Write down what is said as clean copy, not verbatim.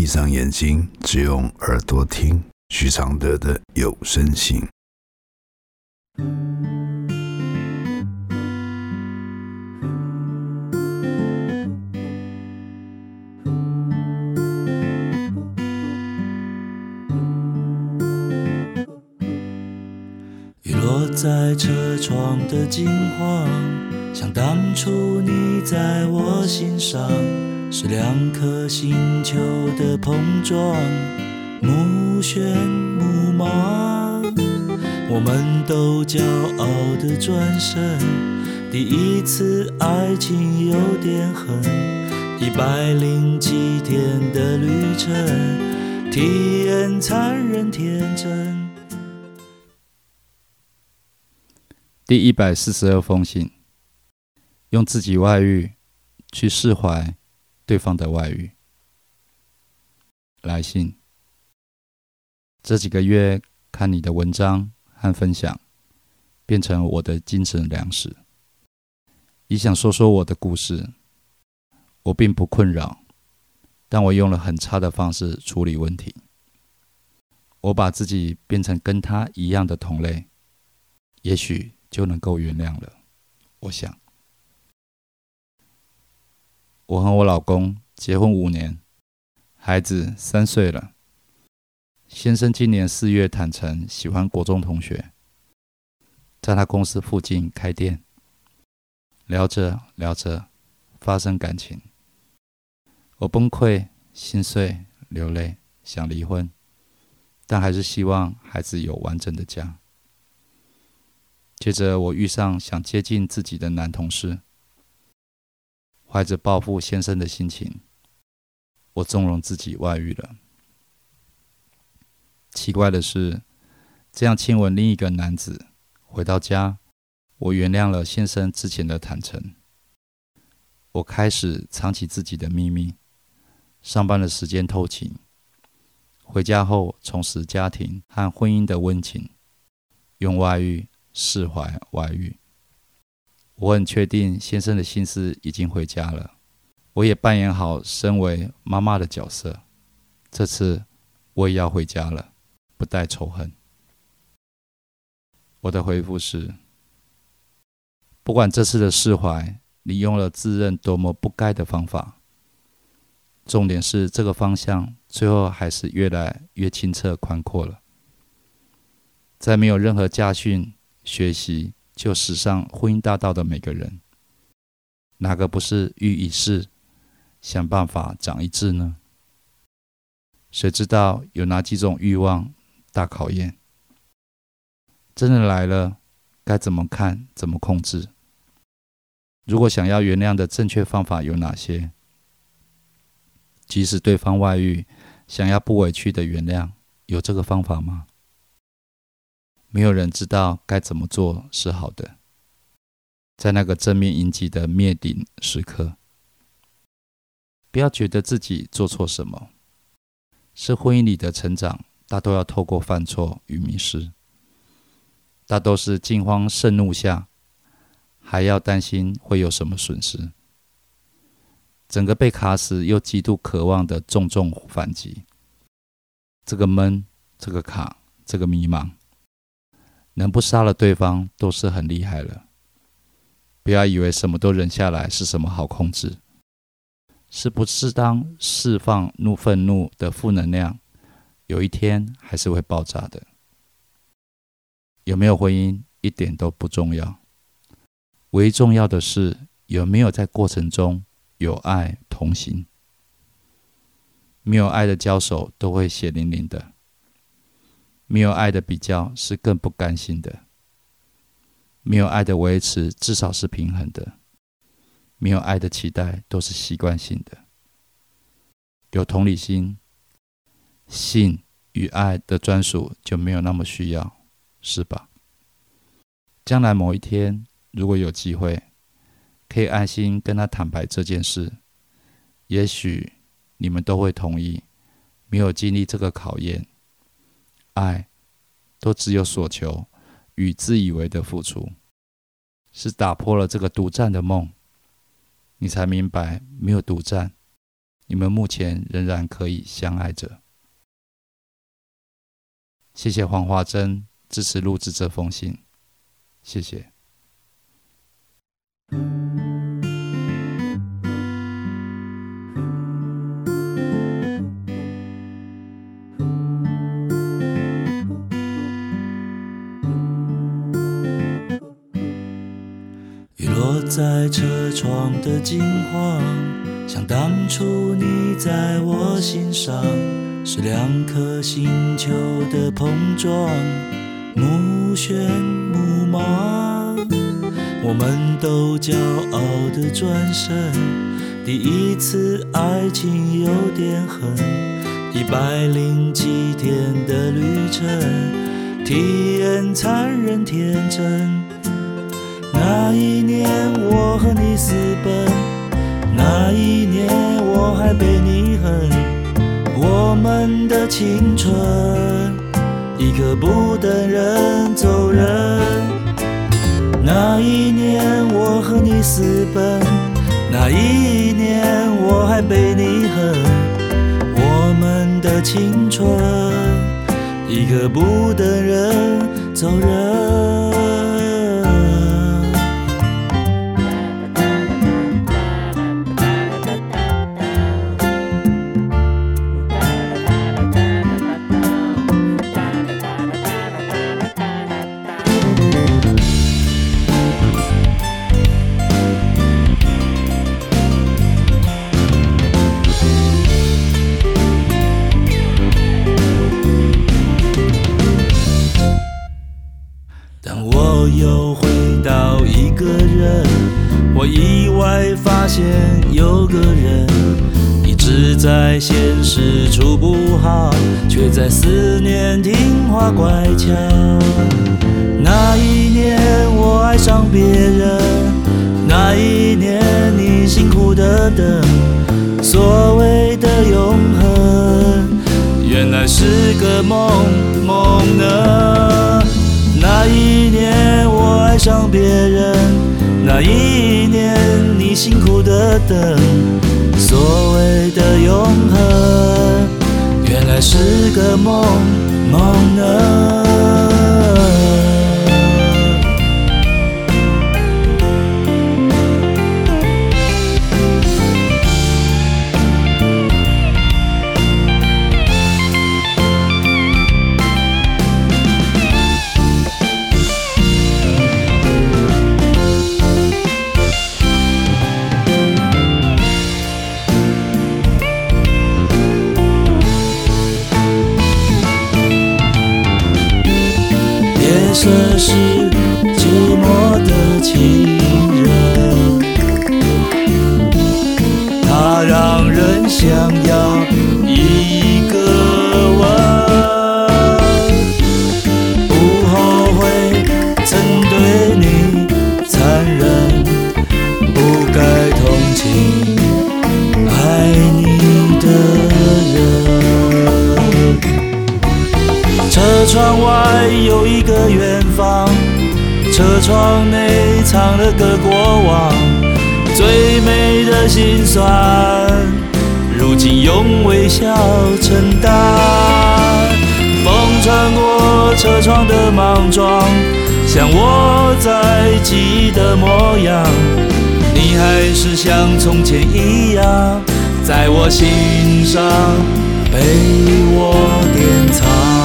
闭上眼睛，只用耳朵听许常德的有声信。 雨落在车窗的金黄，像当初你在我心上，是两颗星球的碰撞，目眩目盲。我们都骄傲地转身，第一次爱情有点狠，107天的旅程，体验残忍天真。 第142封信，用自己外遇去释怀对方的外遇。来信，这几个月看你的文章和分享，变成我的精神粮食。也想说说我的故事。我并不困扰，但我用了很差的方式处理问题。我把自己变成跟他一样的同类，也许就能够原谅了。我想，我和我老公结婚5年，孩子3岁了。先生今年4月坦诚喜欢国中同学，在他公司附近开店。聊着聊着发生感情，我崩溃、心碎、流泪，想离婚，但还是希望孩子有完整的家。接着我遇上想接近自己的男同事，怀着报复先生的心情，我纵容自己外遇了。奇怪的是，这样亲吻另一个男子，回到家，我原谅了先生之前的坦诚。我开始藏起自己的秘密，上班的时间偷情，回家后重拾家庭和婚姻的温情，用外遇释怀外遇。我很确定先生的心思已经回家了，我也扮演好身为妈妈的角色。这次我也要回家了，不带仇恨。我的回复是，不管这次的释怀你用了自认多么不该的方法，重点是这个方向最后还是越来越清澈宽阔了。在没有任何家训学习就驶上婚姻大道的每个人，哪个不是欲一事想办法长一智呢？谁知道有哪几种欲望大考验？真的来了，该怎么看，怎么控制？如果想要原谅的正确方法有哪些？即使对方外遇，想要不委屈的原谅，有这个方法吗？没有人知道该怎么做是好的。在那个正面迎击的灭顶时刻，不要觉得自己做错什么。是婚姻里的成长，大都要透过犯错与迷失，大都是惊慌盛怒下，还要担心会有什么损失。整个被卡死又极度渴望的重反击，这个闷，这个卡，这个迷茫，能不杀了对方都是很厉害了。不要以为什么都忍下来是什么好控制，是不适当释放愤怒的负能量，有一天还是会爆炸的。有没有婚姻一点都不重要，唯一重要的是有没有在过程中有爱同行。没有爱的交手都会血淋淋的，没有爱的比较是更不甘心的，没有爱的维持至少是平衡的，没有爱的期待都是习惯性的。有同理心，性与爱的专属就没有那么需要，是吧？将来某一天，如果有机会，可以安心跟他坦白这件事，也许你们都会同意，没有经历这个考验，爱都只有所求与自以为的付出，是打破了这个独占的梦，你才明白没有独占， 你们目前仍然可以相爱着。谢谢黄华珍支持录制这封信，谢谢。 雨落在车窗的金黄，像当初你在我心上，是两颗星球的碰撞，目眩目盲。我们都骄傲地转身，第一次爱情有点狠，107天的旅程，体验残忍天真。那一年我和你私奔，那一年我还被你恨，我们的青春一刻不等人走人。那一年我和你私奔，那一年我还被你恨，我们的青春一刻不等人走人。当我又回到一个人，我意外发现有个人一直在现实处不好，却在思念听话乖巧。那一年我爱上别人，那一年你辛苦的等，所谓的永恒原来是个梦呢。那一年我爱上别人，那一年你辛苦的等，所谓的永恒原来是个梦呢。夜色是寂寞的情人，它让人想要一个吻，不后悔曾对你残忍，不该同情爱你的人。车窗外有一个远方，车窗内藏了个过往，最美的心酸，如今用微笑承担。风穿过车窗的莽撞，像我在记忆的模样，你还是像从前一样，在我心上被我典藏。